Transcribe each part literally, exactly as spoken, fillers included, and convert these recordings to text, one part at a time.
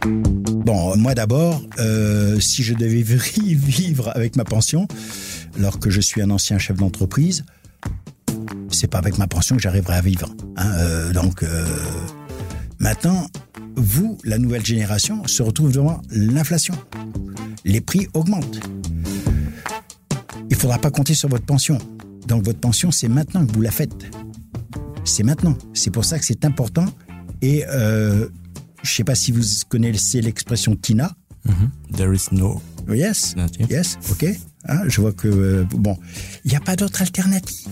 Bon, moi d'abord, euh, si je devais vivre avec ma pension, alors que je suis un ancien chef d'entreprise, c'est pas avec ma pension que j'arriverai à vivre. Hein, euh, donc, euh, maintenant, vous, la nouvelle génération, se retrouve devant l'inflation. Les prix augmentent. Il ne faudra pas compter sur votre pension. Donc, votre pension, c'est maintenant que vous la faites. C'est maintenant. C'est pour ça que c'est important. Et euh, je ne sais pas si vous connaissez l'expression T I N A. Mm-hmm. There is no... Yes, yes, ok. Hein, je vois que, euh, bon, il n'y a pas d'autre alternative.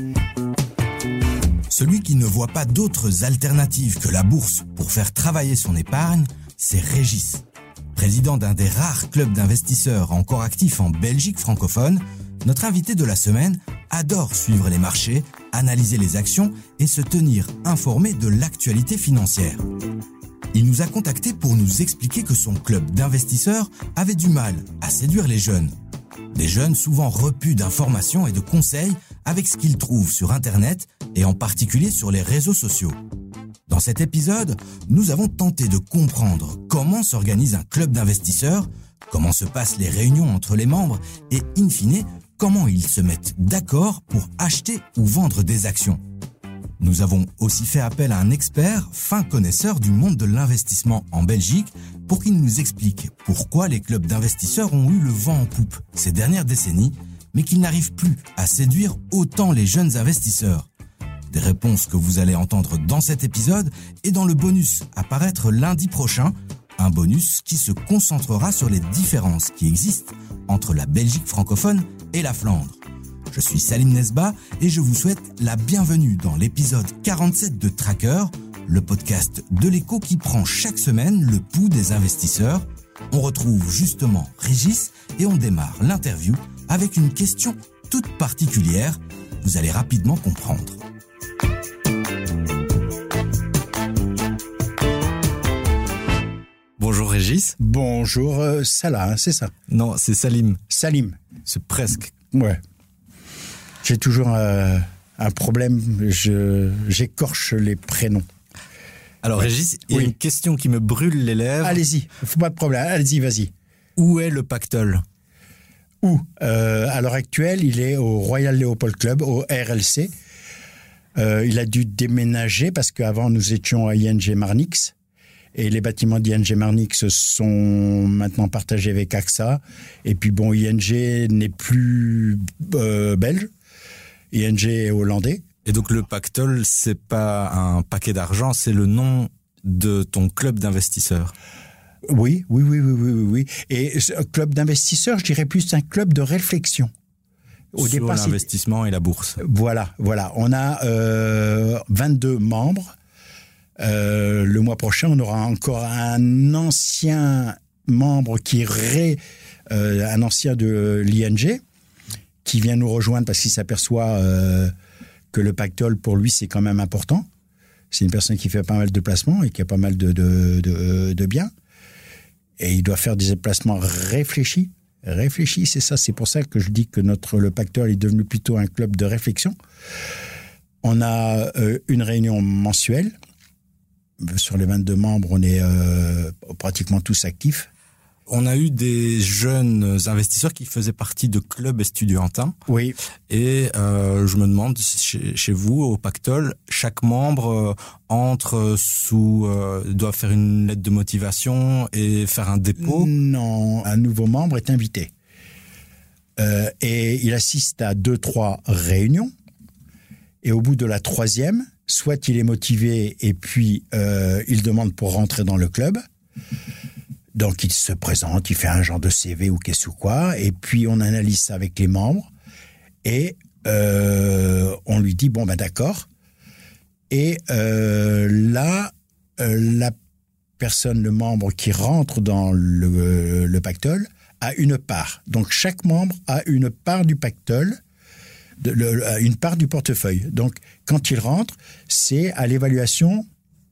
Celui qui ne voit pas d'autres alternatives que la bourse pour faire travailler son épargne, c'est Régis. Président d'un des rares clubs d'investisseurs encore actifs en Belgique francophone, notre invité de la semaine adore suivre les marchés, analyser les actions et se tenir informé de l'actualité financière. Il nous a contactés pour nous expliquer que son club d'investisseurs avait du mal à séduire les jeunes. Des jeunes souvent repus d'informations et de conseils avec ce qu'ils trouvent sur Internet et en particulier sur les réseaux sociaux. Dans cet épisode, nous avons tenté de comprendre comment s'organise un club d'investisseurs, comment se passent les réunions entre les membres et, in fine, comment ils se mettent d'accord pour acheter ou vendre des actions. Nous avons aussi fait appel à un expert, fin connaisseur du monde de l'investissement en Belgique, pour qu'il nous explique pourquoi les clubs d'investisseurs ont eu le vent en poupe ces dernières décennies, mais qu'ils n'arrivent plus à séduire autant les jeunes investisseurs. Des réponses que vous allez entendre dans cet épisode et dans le bonus à paraître lundi prochain, un bonus qui se concentrera sur les différences qui existent entre la Belgique francophone et la Flandre. Je suis Salim Nesba et je vous souhaite la bienvenue dans l'épisode quarante-sept de Tracker, le podcast de l'écho qui prend chaque semaine le pouls des investisseurs. On retrouve justement Régis et on démarre l'interview avec une question toute particulière. Vous allez rapidement comprendre. Bonjour Régis. Bonjour euh, Salah, hein, c'est ça? Non, c'est Salim. Salim. C'est presque. Ouais. J'ai toujours euh, un problème, je, j'écorche les prénoms. Alors Régis, il y a oui. une question qui me brûle les lèvres. Allez-y, faut pas de problème, allez-y, vas-y. Où est le pactole? Où euh, à l'heure actuelle, il est au Royal Leopold Club, au R L C. Euh, il a dû déménager parce qu'avant, nous étions à I N G Marnix. Et les bâtiments d'I N G Marnix sont maintenant partagés avec A X A. Et puis bon, I N G n'est plus euh, belge. I N G est hollandais. Et donc le pactole, c'est pas un paquet d'argent, c'est le nom de ton club d'investisseurs. Oui, oui, oui, oui, oui, oui, oui. Et un club d'investisseurs, je dirais plus un club de réflexion. Au Sur départ, l'investissement c'est... et la bourse. Voilà, voilà. On a euh, vingt-deux membres. Euh, le mois prochain, on aura encore un ancien membre qui est ré, euh, un ancien de l'I N G qui vient nous rejoindre parce qu'il s'aperçoit euh, que le pactole, pour lui, c'est quand même important. C'est une personne qui fait pas mal de placements et qui a pas mal de, de, de, de biens. Et il doit faire des placements réfléchis. Réfléchis, c'est ça. C'est pour ça que je dis que notre, le pactole est devenu plutôt un club de réflexion. On a euh, une réunion mensuelle. Sur les vingt-deux membres, on est euh, pratiquement tous actifs. On a eu des jeunes investisseurs qui faisaient partie de clubs estudiantins. Oui. Et euh, je me demande, chez, chez vous, au pactole, chaque membre euh, entre sous, euh, doit faire une lettre de motivation et faire un dépôt? Non, un nouveau membre est invité. Euh, et il assiste à deux, trois réunions. Et au bout de la troisième, soit il est motivé et puis euh, il demande pour rentrer dans le club. Donc il se présente, il fait un genre de C V ou qu'est-ce ou quoi, et puis on analyse ça avec les membres et euh, on lui dit bon ben d'accord. Et euh, là, euh, la personne, le membre qui rentre dans le, le pactole a une part. Donc chaque membre a une part du pactole. De, le, une part du portefeuille. Donc, quand il rentre, c'est à l'évaluation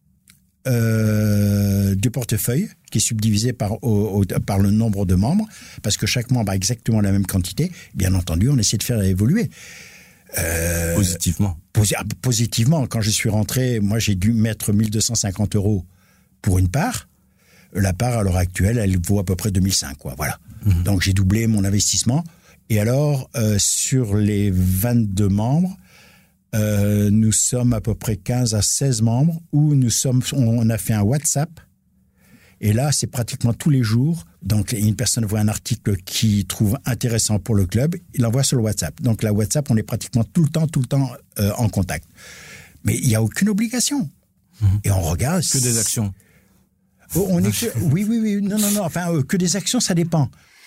euh, du portefeuille qui est subdivisé par, au, au, par le nombre de membres, parce que chaque membre a exactement la même quantité. Bien entendu, on essaie de faire évoluer. Euh, positivement. Posi- positivement. Quand je suis rentré, moi, j'ai dû mettre mille deux cent cinquante euros pour une part. La part, à l'heure actuelle, elle vaut à peu près deux mille cinq, quoi. Voilà. Mmh. Donc, j'ai doublé mon investissement. Et alors, euh, sur les vingt-deux membres, euh, nous sommes à peu près quinze à seize membres où nous sommes, on a fait un WhatsApp. Et là, c'est pratiquement tous les jours. Donc, une personne voit un article qu'il trouve intéressant pour le club, il l'envoie sur le WhatsApp. Donc, la WhatsApp, on est pratiquement tout le temps, tout le temps euh, en contact. Mais il n'y a aucune obligation. Mmh. Et on regarde... Que des actions. Oh, on est que... Oui, oui, oui. Non, non, non. Enfin, euh, que des actions, ça dépend.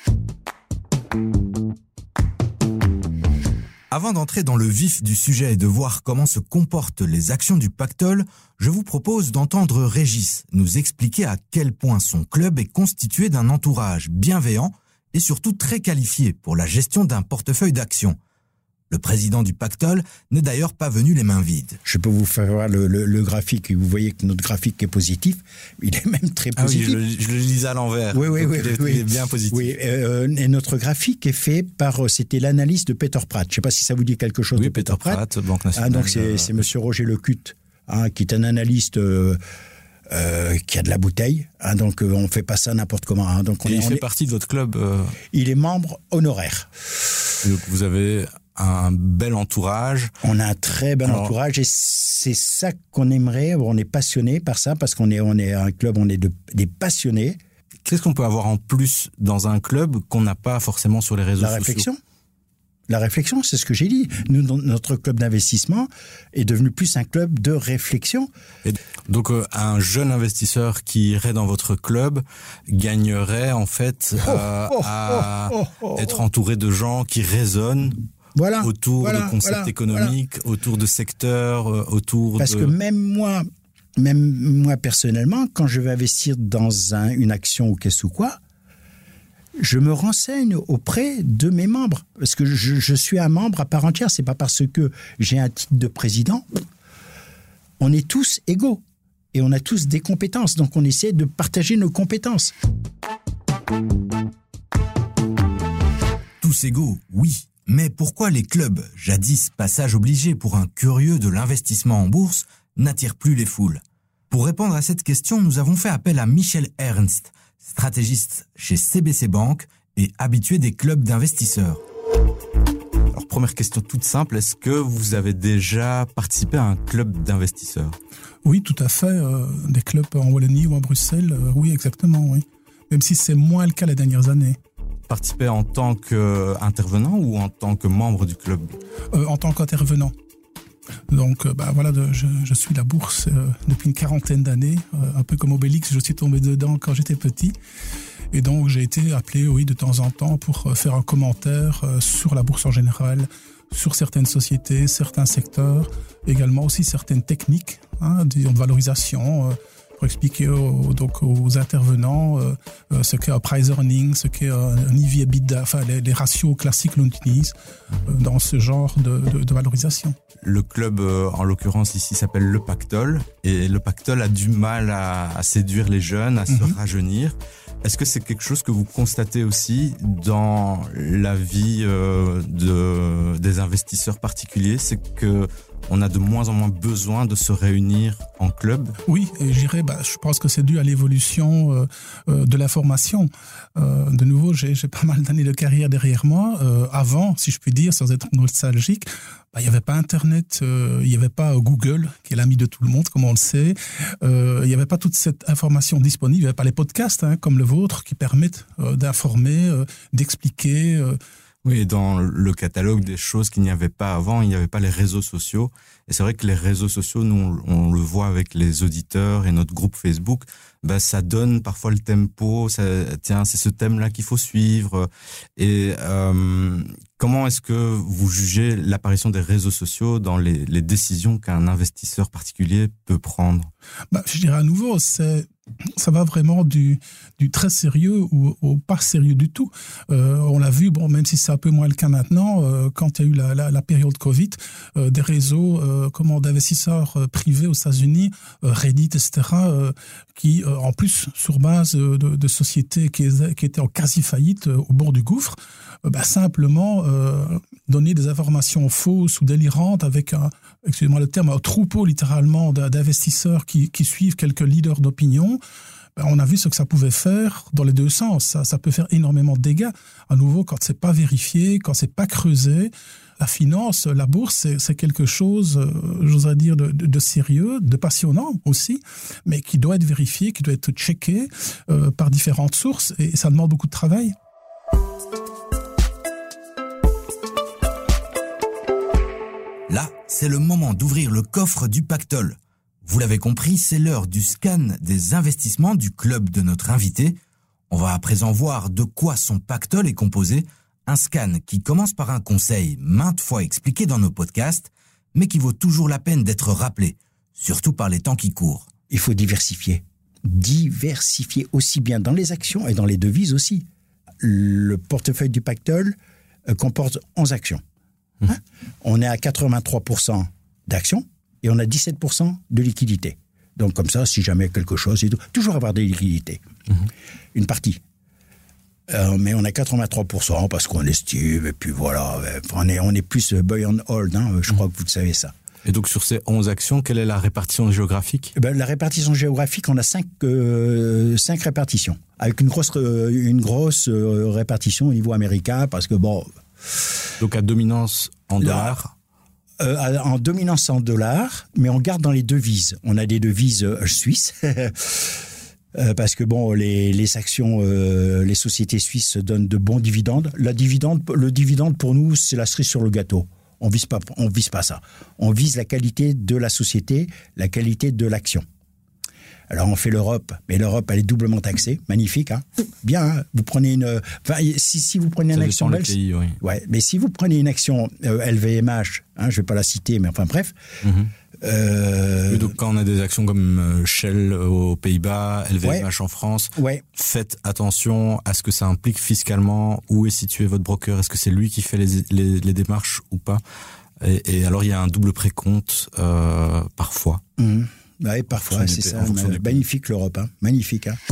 Avant d'entrer dans le vif du sujet et de voir comment se comportent les actions du pactole, je vous propose d'entendre Régis nous expliquer à quel point son club est constitué d'un entourage bienveillant et surtout très qualifié pour la gestion d'un portefeuille d'actions. Le président du pactole n'est d'ailleurs pas venu les mains vides. Je peux vous faire voir le, le, le graphique. Vous voyez que notre graphique est positif. Il est même très positif. Ah oui, je, je le lisais à l'envers. Oui, oui, oui. Il est, oui. Il est bien positif. Oui, euh, et notre graphique est fait par... C'était l'analyse de Peter Pratt. Je ne sais pas si ça vous dit quelque chose oui, de Peter, Peter Pratt. Pratt, Banque Nationale. Ah, donc, c'est, c'est monsieur Roger Lecutte, hein, qui est un analyste... Euh, Euh, qui a de la bouteille, hein, donc euh, on fait pas ça n'importe comment. Hein, donc on et est, il on fait est... partie de votre club. Euh... Il est membre honoraire. Donc vous avez un bel entourage. On a un très bel Alors... entourage et c'est ça qu'on aimerait. On est passionné par ça parce qu'on est on est un club, on est de, des passionnés. Qu'est-ce qu'on peut avoir en plus dans un club qu'on n'a pas forcément sur les réseaux La sociaux ? réflexion. La réflexion, c'est ce que j'ai dit. Nous, notre club d'investissement est devenu plus un club de réflexion. Et donc, euh, un jeune investisseur qui irait dans votre club gagnerait en fait oh, euh, oh, à oh, oh, oh, être entouré de gens qui raisonnent voilà, autour voilà, de concepts voilà, économiques, voilà. autour de secteurs, euh, autour Parce de... que même moi, même moi personnellement, quand je vais investir dans un, une action ou qu'est-ce ou quoi, je me renseigne auprès de mes membres. Parce que je, je suis un membre à part entière. C'est pas parce que j'ai un titre de président. On est tous égaux. Et on a tous des compétences. Donc on essaie de partager nos compétences. Tous égaux, oui. Mais pourquoi les clubs, jadis passage obligé pour un curieux de l'investissement en bourse, n'attirent plus les foules ? Pour répondre à cette question, nous avons fait appel à Michel Ernst, stratégiste chez C B C Bank et habitué des clubs d'investisseurs. Alors, première question toute simple, est-ce que vous avez déjà participé à un club d'investisseurs ? Oui, tout à fait. Euh, des clubs en Wallonie ou à Bruxelles, euh, oui, exactement, oui. Même si c'est moins le cas les dernières années. Participer en tant qu'intervenant ou en tant que membre du club ? euh, En tant qu'intervenant. Donc, bah, voilà, de, je, je suis la bourse euh, depuis une quarantaine d'années, euh, un peu comme Obélix, je suis tombé dedans quand j'étais petit. Et donc, j'ai été appelé, oui, de temps en temps pour euh, faire un commentaire euh, sur la bourse en général, sur certaines sociétés, certains secteurs, également aussi certaines techniques, hein, disons, de valorisation, euh, pour expliquer aux, donc aux intervenants euh, euh, ce qu'est un price earning, ce qu'est un, un E V/EBITDA, enfin les, les ratios classiques l'on utilise euh, dans ce genre de, de, de valorisation. Le club, euh, en l'occurrence ici, s'appelle le Pactole, et le Pactole a du mal à, à séduire les jeunes, à mm-hmm. se rajeunir. Est-ce que c'est quelque chose que vous constatez aussi dans la vie euh, de, des investisseurs particuliers ? C'est que on a de moins en moins besoin de se réunir en club ? Oui, et je dirais, bah, je pense que c'est dû à l'évolution euh, euh, de l'information. Euh, de nouveau, j'ai, j'ai pas mal d'années de carrière derrière moi. Euh, avant, si je puis dire, sans être nostalgique, bah, il n'y avait pas Internet, euh, il n'y avait pas Google, qui est l'ami de tout le monde, comme on le sait. Euh, il n'y avait pas toute cette information disponible. Il n'y avait pas les podcasts, hein, comme le vôtre, qui permettent euh, d'informer, euh, d'expliquer. Euh, Oui, et dans le catalogue des choses qu'il n'y avait pas avant, il n'y avait pas les réseaux sociaux. Et c'est vrai que les réseaux sociaux, nous, on le voit avec les auditeurs et notre groupe Facebook, ben, ça donne parfois le tempo, ça, tiens, c'est ce thème-là qu'il faut suivre. Et euh, comment est-ce que vous jugez l'apparition des réseaux sociaux dans les, les décisions qu'un investisseur particulier peut prendre ? Bah, je dirais à nouveau, c'est... ça va vraiment du, du très sérieux au, au pas sérieux du tout. Euh, on l'a vu, bon, même si c'est un peu moins le cas maintenant, euh, quand il y a eu la, la, la période Covid, euh, des réseaux euh, comment, d'investisseurs euh, privés aux États-Unis, euh, Reddit, et cetera, euh, qui, euh, en plus, sur base de, de sociétés qui, qui étaient en quasi-faillite euh, au bord du gouffre, euh, bah, simplement euh, donner des informations fausses ou délirantes avec un, excusez-moi le terme, un troupeau littéralement d'investisseurs qui, qui suivent quelques leaders d'opinion, ben, on a vu ce que ça pouvait faire dans les deux sens. Ça, ça peut faire énormément de dégâts. À nouveau, quand c'est pas vérifié, quand c'est pas creusé, la finance, la bourse, c'est, c'est quelque chose, euh, j'oserais dire, de, de, de sérieux, de passionnant aussi, mais qui doit être vérifié, qui doit être checké euh, par différentes sources, et ça demande beaucoup de travail. Là, c'est le moment d'ouvrir le coffre du pactole. Vous l'avez compris, c'est l'heure du scan des investissements du club de notre invité. On va à présent voir de quoi son pactole est composé. Un scan qui commence par un conseil maintes fois expliqué dans nos podcasts, mais qui vaut toujours la peine d'être rappelé, surtout par les temps qui courent. Il faut diversifier. Diversifier aussi bien dans les actions et dans les devises aussi. Le portefeuille du pactole euh, comporte onze actions. Mmh. Hein? On est à quatre-vingt-trois pour cent d'actions et on a dix-sept pour cent de liquidités. Donc comme ça, si jamais quelque chose, et tout, toujours avoir des liquidités. Mmh. Une partie. Euh, mais on a quatre-vingt-trois pour cent parce qu'on estime, et puis voilà, on est, on est plus buy and hold, hein, je mmh. crois que vous le savez ça. Et donc sur ces onze actions, quelle est la répartition géographique ? Eh ben, la répartition géographique, on a cinq, euh, cinq répartitions, avec une grosse, euh, une grosse euh, répartition au niveau américain, parce que bon... Donc à dominance en là, dollars euh, En dominance en dollars, mais on garde dans les devises. On a des devises euh, suisses, euh, parce que bon, les, les actions, euh, les sociétés suisses donnent de bons dividendes. La dividende, le dividende pour nous, c'est la cerise sur le gâteau. On vise pas, on vise pas ça. On vise la qualité de la société, la qualité de l'action. Alors on fait l'Europe, mais l'Europe elle est doublement taxée, magnifique, hein. Bien. Hein, vous prenez une, enfin si si vous prenez une ça action belge, pays, oui. ouais, mais si vous prenez une action euh, L V M H, hein, je vais pas la citer, mais enfin bref. Mm-hmm. Euh... Et donc quand on a des actions comme Shell aux Pays-Bas, L V M H ouais. en France, ouais. faites attention à ce que ça implique fiscalement. Où est situé votre broker ? Est-ce que c'est lui qui fait les, les, les démarches ou pas ? et, et alors il y a un double précompte euh, parfois. Mmh. Oui, parfois, c'est ça. Magnifique l'Europe, hein. Magnifique. Hein.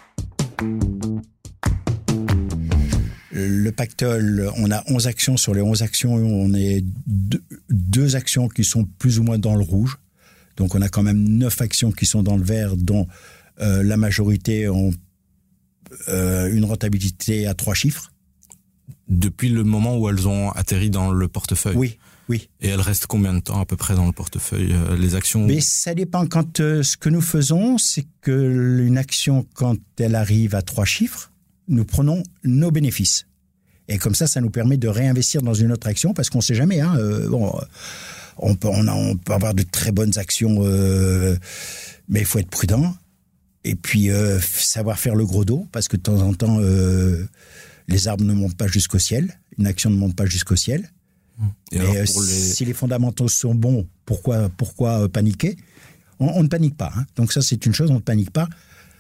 Le pactole, on a onze actions. Sur les onze actions, on a deux, deux actions qui sont plus ou moins dans le rouge. Donc, on a quand même neuf actions qui sont dans le vert, dont euh, la majorité ont euh, une rentabilité à trois chiffres. Depuis le moment où elles ont atterri dans le portefeuille ? Oui. Oui. Et elles restent combien de temps à peu près dans le portefeuille, euh, les actions ? Mais ça dépend. Quand euh, ce que nous faisons, c'est que une action, quand elle arrive à trois chiffres, nous prenons nos bénéfices. Et comme ça, ça nous permet de réinvestir dans une autre action, parce qu'on ne sait jamais. Hein, euh, bon, on peut, on, a, on peut avoir de très bonnes actions, euh, mais il faut être prudent. Et puis euh, savoir faire le gros dos, parce que de temps en temps, euh, les arbres ne montent pas jusqu'au ciel. Une action ne monte pas jusqu'au ciel. Et mais alors pour les... si les fondamentaux sont bons, pourquoi, pourquoi paniquer ? on, on ne panique pas. Hein. Donc ça, c'est une chose, on ne panique pas.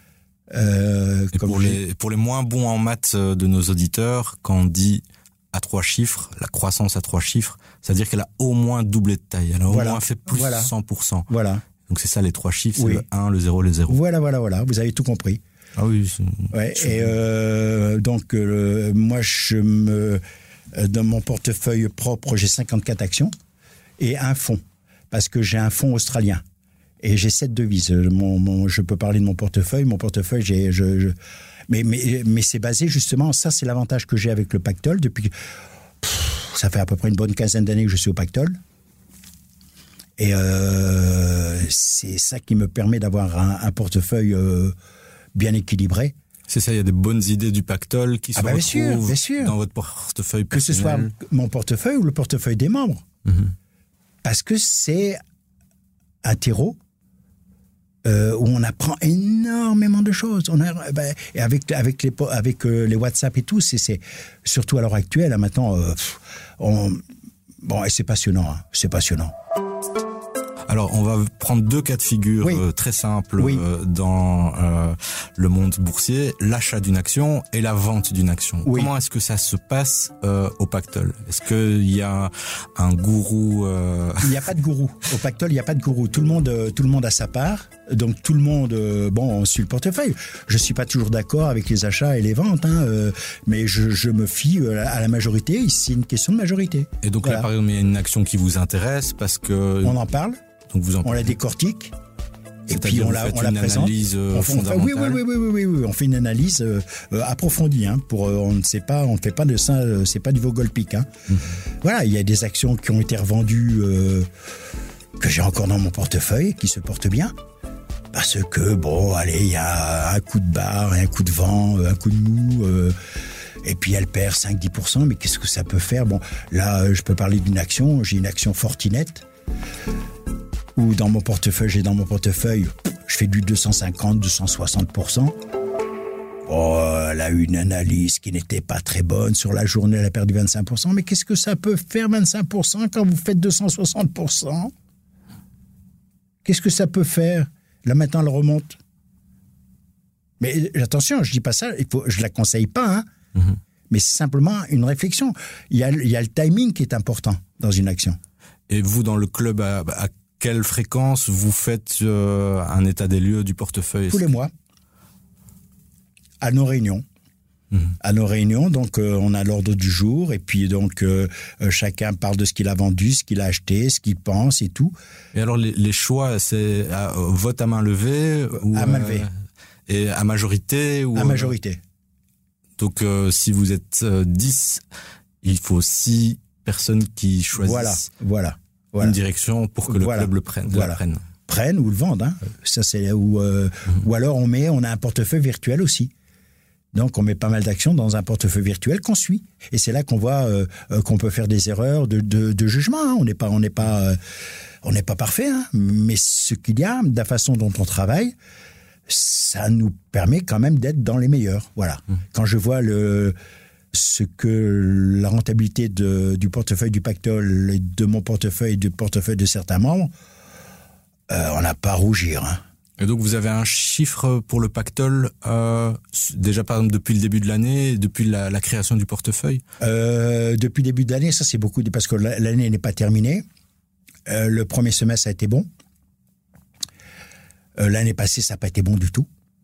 Euh, Et comme pour, les, pour les moins bons en maths de nos auditeurs, quand on dit à trois chiffres, la croissance à trois chiffres, c'est-à-dire qu'elle a au moins doublé de taille. Elle a voilà. au moins fait plus voilà. de cent pour cent. Voilà. Donc c'est ça les trois chiffres, c'est oui. le un, le zéro, le zéro. Voilà, voilà, voilà. Vous avez tout compris. Ah oui. Ouais, et euh, donc, euh, moi, je me... Dans mon portefeuille propre, j'ai cinquante-quatre actions et un fonds, parce que j'ai un fonds australien et j'ai sept devises. Mon, mon, je peux parler de mon portefeuille. Mon portefeuille, j'ai, je, je, mais, mais, mais c'est basé justement, ça c'est l'avantage que j'ai avec le pactole. Depuis, pff, ça fait à peu près une bonne quinzaine d'années que je suis au pactole. Et euh, c'est ça qui me permet d'avoir un, un portefeuille euh, bien équilibré. C'est ça, il y a des bonnes idées du pactole qui se ah bah retrouvent bien sûr, bien sûr. Dans votre portefeuille personnel. Que ce soit mon portefeuille ou le portefeuille des membres. Mmh. Parce que c'est un terreau euh, où on apprend énormément de choses. On a, bah, et avec, avec, les, avec euh, les WhatsApp et tout, c'est, c'est, surtout à l'heure actuelle, hein, maintenant, euh, on, bon, et c'est passionnant. Hein, c'est passionnant. Alors, on va prendre deux cas de figure oui. euh, très simples oui. euh, dans euh, le monde boursier, l'achat d'une action et la vente d'une action. Oui. Comment est-ce que ça se passe euh, au pactole? Est-ce qu'il y a un gourou euh... Il n'y a pas de gourou. Au pactole, il n'y a pas de gourou. Tout le monde, euh, tout le monde a sa part. Donc tout le monde, euh, bon, on suit le portefeuille. Je suis pas toujours d'accord avec les achats et les ventes, hein, euh, mais je, je me fie à la majorité. C'est une question de majorité. Et donc voilà. là, par exemple, il y a une action qui vous intéresse parce que... On en parle. Donc vous en on la décortique. Et puis on la, on la présente. Analyse euh, on fait, on fait, oui, oui, oui, oui, oui, oui, on fait une analyse euh, euh, approfondie. Hein, pour, euh, on ne sait pas, on ne fait pas de ça. Euh, c'est pas du Vogolpic. Hein. Mmh. Voilà, il y a des actions qui ont été revendues euh, que j'ai encore dans mon portefeuille, qui se portent bien. Parce que bon, allez, il y a un coup de barre, un coup de vent, un coup de mou. Euh, Et puis elle perd cinq à dix pour cent, mais qu'est-ce que ça peut faire? Bon, là, je peux parler d'une action. J'ai une action Fortinet. Ou dans mon portefeuille, j'ai dans mon portefeuille, je fais du deux cent cinquante, deux cent soixante pour cent. Oh, elle a eu une analyse qui n'était pas très bonne. Sur la journée, elle a perdu vingt-cinq pour cent. Mais qu'est-ce que ça peut faire, vingt-cinq pour cent, quand vous faites deux cent soixante pour cent? Qu'est-ce que ça peut faire? Là, maintenant, elle remonte. Mais attention, je dis pas ça, il faut, je la conseille pas, hein. Mmh. Mais c'est simplement une réflexion. Il y a, il y a le timing qui est important dans une action. Et vous, dans le club, à, à quelle fréquence vous faites euh, un état des lieux du portefeuille? Tous les mois. À nos réunions. Mmh. À nos réunions, donc euh, on a l'ordre du jour et puis donc euh, euh, chacun parle de ce qu'il a vendu, ce qu'il a acheté, ce qu'il pense et tout. Et alors les, les choix, c'est à, euh, vote à main levée ou à main levée. Euh, et à majorité ou à majorité. Euh, donc euh, si vous êtes euh, dix, il faut six personnes qui choisissent. Voilà, voilà. Voilà. Une direction pour que le voilà. club le prenne. Voilà. La prenne. Prenne ou le vendent. Hein. Ça, c'est, ou, euh, mmh. ou alors on met, on a un portefeuille virtuel aussi. Donc on met pas mal d'actions dans un portefeuille virtuel qu'on suit. Et c'est là qu'on voit euh, euh, qu'on peut faire des erreurs de, de, de jugement. Hein. On n'est pas, on n'est pas, euh, on n'est pas parfait. Hein. Mais ce qu'il y a, de la façon dont on travaille, ça nous permet quand même d'être dans les meilleurs. Voilà. Mmh. Quand je vois le ce que la rentabilité de, du portefeuille du pactole, de mon portefeuille et du portefeuille de certains membres, euh, on n'a pas à rougir. Hein. Et donc vous avez un chiffre pour le pactole, euh, déjà par exemple depuis le début de l'année, depuis la, la création du portefeuille euh, Depuis le début de l'année, ça c'est beaucoup, parce que l'année n'est pas terminée. Euh, le premier semestre a été bon. Euh, l'année passée, ça n'a pas été bon du tout.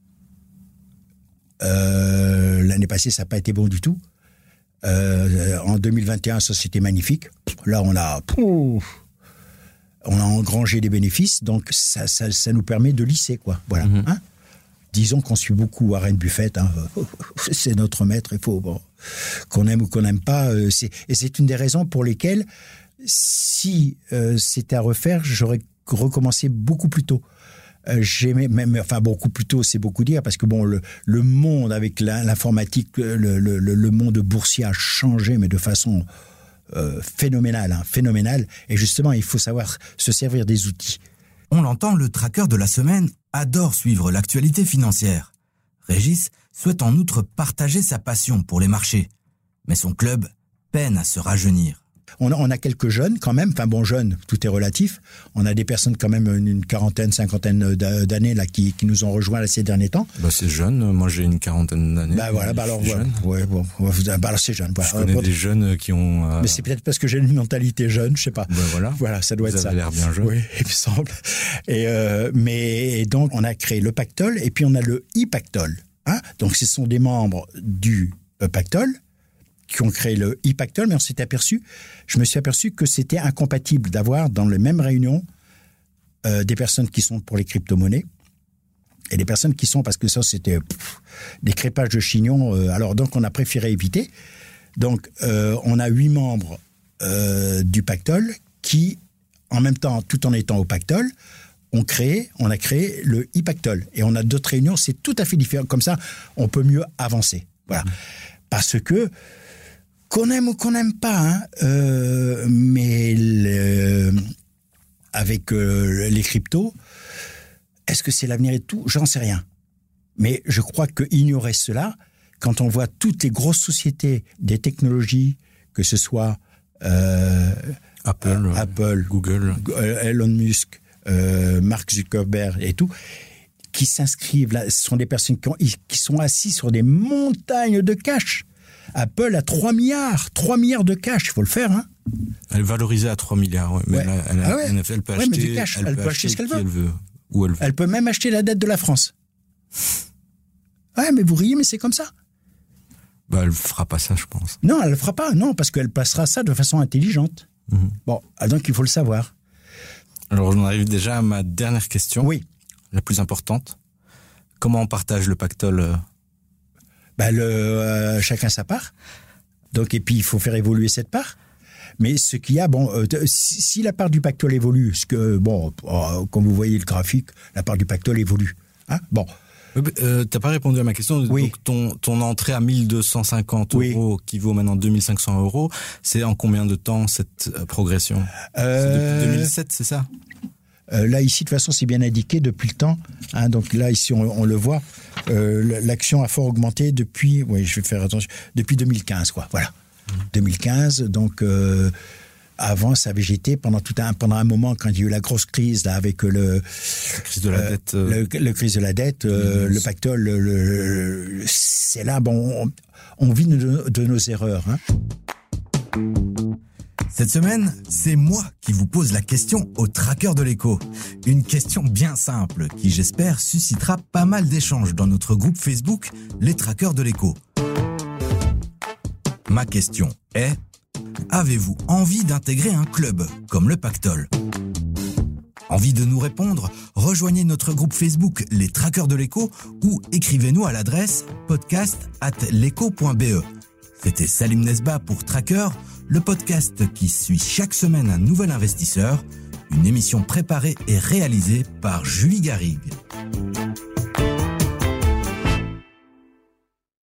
Euh, l'année passée, ça n'a pas été bon du tout. Euh, en deux mille vingt et un, ça c'était magnifique. Là, on a, pouf, on a engrangé des bénéfices, donc ça, ça, ça nous permet de lisser, quoi. Voilà. Mm-hmm. Hein, disons qu'on suit beaucoup Warren Buffett. Hein. C'est notre maître. Il faut bon, qu'on aime ou qu'on n'aime pas. Euh, c'est, et c'est une des raisons pour lesquelles, si euh, c'était à refaire, j'aurais recommencé beaucoup plus tôt. Euh, j'aimais même, enfin beaucoup plus tôt, c'est beaucoup dire, parce que bon, le, le monde avec l'informatique, le, le, le monde boursier a changé, mais de façon euh, phénoménale, hein, phénoménale. Et justement, il faut savoir se servir des outils. On l'entend, le tracker de la semaine adore suivre l'actualité financière. Régis souhaite en outre partager sa passion pour les marchés, mais son club peine à se rajeunir. On a, on a quelques jeunes quand même, enfin bon, jeunes, tout est relatif. On a des personnes quand même, une quarantaine, cinquantaine d'années là qui, qui nous ont rejoints là, ces derniers temps. Bah c'est jeune, moi j'ai une quarantaine d'années. Bah voilà, bah alors, ouais, ouais, bon, bah alors c'est jeune. Voilà. Je connais des jeunes qui ont... Euh... Mais c'est peut-être parce que j'ai une mentalité jeune, je sais pas. Bah voilà, voilà ça doit vous être ça. Vous avez l'air bien jeune. Oui, il me semble. Et, euh, mais, et donc on a créé le pactole et puis on a le e-pactole. Hein, donc ce sont des membres du euh, pactole qui ont créé le e-pactole, mais on s'est aperçu, je me suis aperçu que c'était incompatible d'avoir dans les mêmes réunions euh, des personnes qui sont pour les crypto-monnaies et des personnes qui sont, parce que ça c'était pff, des crépages de chignons, euh, alors donc on a préféré éviter. Donc euh, on a huit membres euh, du pactole qui, en même temps, tout en étant au pactole, ont créé, on a créé le e-pactole. Et on a d'autres réunions, c'est tout à fait différent. Comme ça, on peut mieux avancer. Voilà. Mmh. Parce que qu'on aime ou qu'on n'aime pas, hein, euh, mais le, avec euh, les cryptos, est-ce que c'est l'avenir et tout? J'en sais rien. Mais je crois que ignorer cela, quand on voit toutes les grosses sociétés des technologies, que ce soit euh, Apple, euh, Apple, Google, Elon Musk, euh, Mark Zuckerberg et tout, qui s'inscrivent là. Ce sont des personnes qui, ont, qui sont assises sur des montagnes de cash. Apple a trois milliards, trois milliards de cash, il faut le faire. Hein. Elle est valorisée à trois milliards, ouais. Mais ouais. Elle, elle, ah ouais. elle, elle peut ouais, acheter, du cash. elle Elle peut peut acheter ce qu'elle veut. Elle veut. Où elle veut. Elle peut même acheter la dette de la France. Ouais, mais vous riez, mais c'est comme ça. Bah, elle fera pas ça, je pense. Non, elle le fera pas, non, parce qu'elle passera ça de façon intelligente. Mmh. Bon, donc il faut le savoir. Alors, on arrive déjà à ma dernière question. Oui. La plus importante. Comment on partage le pactole euh... bah, le, euh, chacun sa part. Donc, et puis, il faut faire évoluer cette part. Mais ce qu'il y a, bon, euh, si, si la part du pactole évolue, ce que, bon, euh, comme vous voyez le graphique, la part du pactole évolue. Hein, bon. Euh, t'as pas répondu à ma question. Oui. Donc ton, ton entrée à mille deux cent cinquante oui. euros, qui vaut maintenant deux mille cinq cents euros, c'est en combien de temps cette euh, progression euh... C'est depuis deux mille sept, c'est ça euh, Là, ici, de toute façon, c'est bien indiqué depuis le temps. Hein, donc là, ici, on, on le voit. Euh, l'action a fort augmenté depuis, oui, je vais faire attention, depuis deux mille quinze, quoi. Voilà. Mmh. deux mille quinze, donc... Euh, avant, ça avait végété pendant tout un pendant un moment quand il y a eu la grosse crise là avec le la crise de la euh, dette, euh, le, le crise de la dette, euh, le pactole, le, le, c'est là bon, on, on vit de, de nos erreurs. Hein. Cette semaine, c'est moi qui vous pose la question au tracker de l'écho. Une question bien simple qui, j'espère, suscitera pas mal d'échanges dans notre groupe Facebook, les trackers de l'écho. Ma question est: avez-vous envie d'intégrer un club comme le Pactole ? Envie de nous répondre ? Rejoignez notre groupe Facebook Les Trackers de l'écho ou écrivez-nous à l'adresse podcast arobase l'écho point b e. C'était Salim Nesba pour Tracker, le podcast qui suit chaque semaine un nouvel investisseur, une émission préparée et réalisée par Julie Garrigue.